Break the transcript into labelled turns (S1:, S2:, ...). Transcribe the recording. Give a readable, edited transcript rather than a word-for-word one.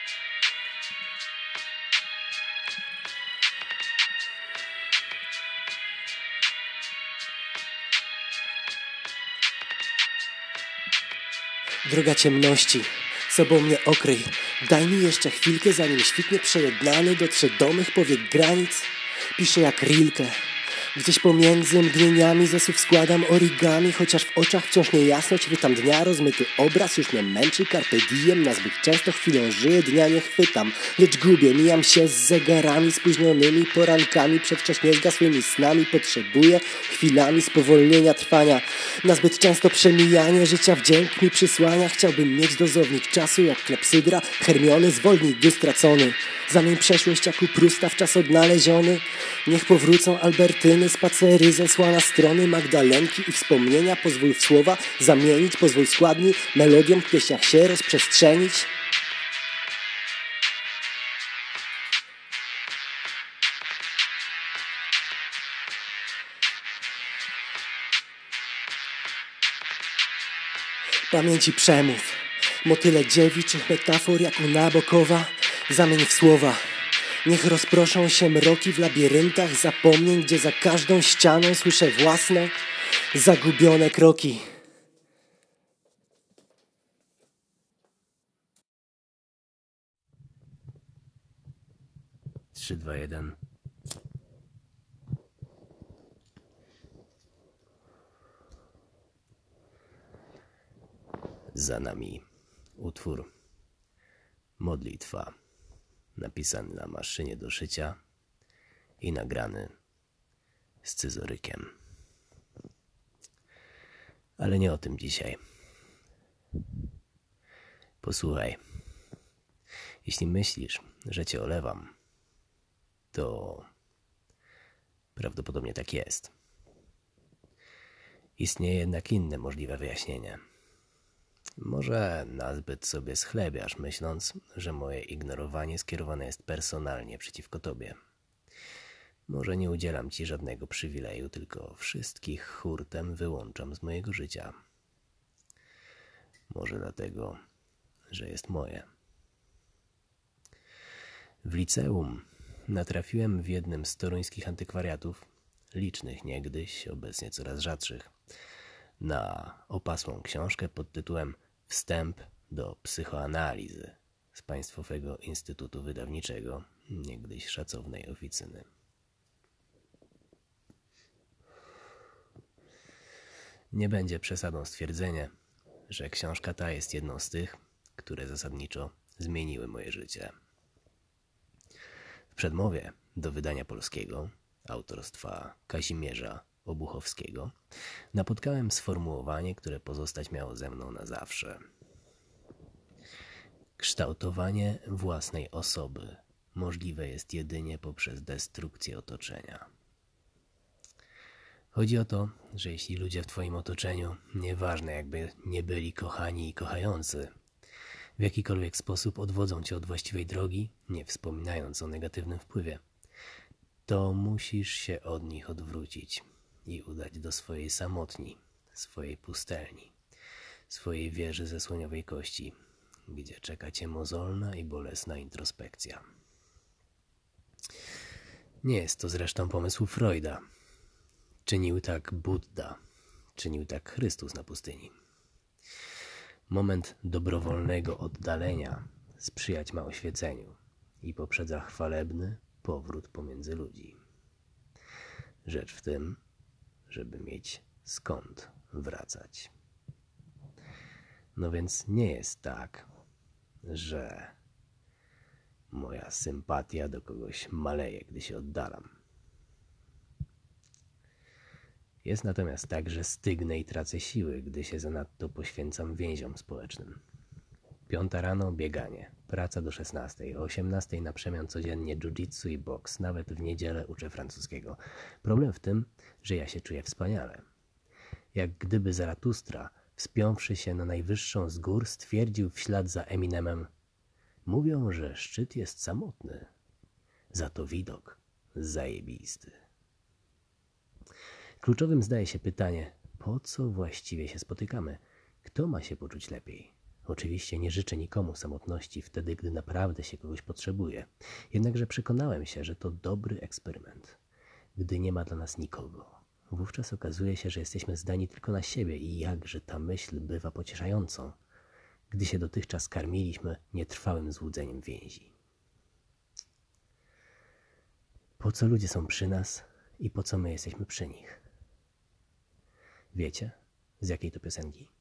S1: Droga ciemności, sobą mnie okryj. Daj mi jeszcze chwilkę, zanim świt nieprzejednany dotrze do mych powiek granic. Piszę jak Rilke. Gdzieś pomiędzy mgnieniami ze słów składam origami, chociaż w oczach wciąż niejasność chwytam dnia. Rozmyty obraz już mnie męczy, carpe diem. Na zbyt często chwilą żyję, dnia nie chwytam, lecz gubię. Mijam się z zegarami, spóźnionymi porankami, przedwcześnie zgasłymi snami. Potrzebuję chwilami spowolnienia trwania. Na zbyt często przemijanie życia wdzięk mi przysłania. Chciałbym mieć dozownik czasu jak klepsydra. Hermiony, zwolnij gdy stracony. Zamień przeszłość jak u Prusta w czas odnaleziony. Niech powrócą Albertyny, spacery ze słana strony, Magdalenki i wspomnienia. Pozwól w słowa zamienić, pozwól składni melodiom w pieśniach się rozprzestrzenić. Pamięci przemów, motyle dziewiczych metafor jak u Nabokowa. Zamień w słowa. Niech rozproszą się mroki w labiryntach zapomnień, gdzie za każdą ścianą słyszę własne, zagubione kroki.
S2: 3, 2, 1. Za nami utwór Modlitwa, napisany na maszynie do szycia i nagrany scyzorykiem. Ale nie o tym dzisiaj. Posłuchaj, jeśli myślisz, że cię olewam, to prawdopodobnie tak jest. Istnieje jednak inne możliwe wyjaśnienie. Może nazbyt sobie schlebiasz, myśląc, że moje ignorowanie skierowane jest personalnie przeciwko tobie. Może nie udzielam ci żadnego przywileju, tylko wszystkich hurtem wyłączam z mojego życia. Może dlatego, że jest moje. W liceum natrafiłem w jednym z toruńskich antykwariatów, licznych niegdyś, obecnie coraz rzadszych, na opasłą książkę pod tytułem Wstęp do psychoanalizy z Państwowego Instytutu Wydawniczego, niegdyś szacownej oficyny. Nie będzie przesadą stwierdzenie, że książka ta jest jedną z tych, które zasadniczo zmieniły moje życie. W przedmowie do wydania polskiego, autorstwa Kazimierza Obuchowskiego, napotkałem sformułowanie, które pozostać miało ze mną na zawsze. Kształtowanie własnej osoby możliwe jest jedynie poprzez destrukcję otoczenia. Chodzi o to, że jeśli ludzie w twoim otoczeniu, nieważne jakby nie byli kochani i kochający, w jakikolwiek sposób odwodzą cię od właściwej drogi, nie wspominając o negatywnym wpływie, to musisz się od nich odwrócić i udać do swojej samotni, swojej pustelni, swojej wieży ze słoniowej kości, gdzie czeka cię mozolna i bolesna introspekcja. Nie jest to zresztą pomysł Freuda. Czynił tak Buddha, czynił tak Chrystus na pustyni. Moment dobrowolnego oddalenia sprzyjać ma oświeceniu i poprzedza chwalebny powrót pomiędzy ludzi. Rzecz w tym, żeby mieć skąd wracać. No więc nie jest tak, że moja sympatia do kogoś maleje, gdy się oddalam. Jest natomiast tak, że stygnę i tracę siły, gdy się zanadto poświęcam więziom społecznym. 5 rano bieganie, praca do 16, o 18 na przemian codziennie jiu-jitsu i boks, nawet w niedzielę uczę francuskiego. Problem w tym, że ja się czuję wspaniale. Jak gdyby Zaratustra, wspiąwszy się na najwyższą z gór, stwierdził w ślad za Eminemem: mówią, że szczyt jest samotny, za to widok zajebisty. Kluczowym zdaje się pytanie, po co właściwie się spotykamy? Kto ma się poczuć lepiej? Oczywiście nie życzę nikomu samotności wtedy, gdy naprawdę się kogoś potrzebuje. Jednakże przekonałem się, że to dobry eksperyment, gdy nie ma dla nas nikogo. Wówczas okazuje się, że jesteśmy zdani tylko na siebie i jakże ta myśl bywa pocieszającą, gdy się dotychczas karmiliśmy nietrwałym złudzeniem więzi. Po co ludzie są przy nas i po co my jesteśmy przy nich? Wiecie, z jakiej to piosenki?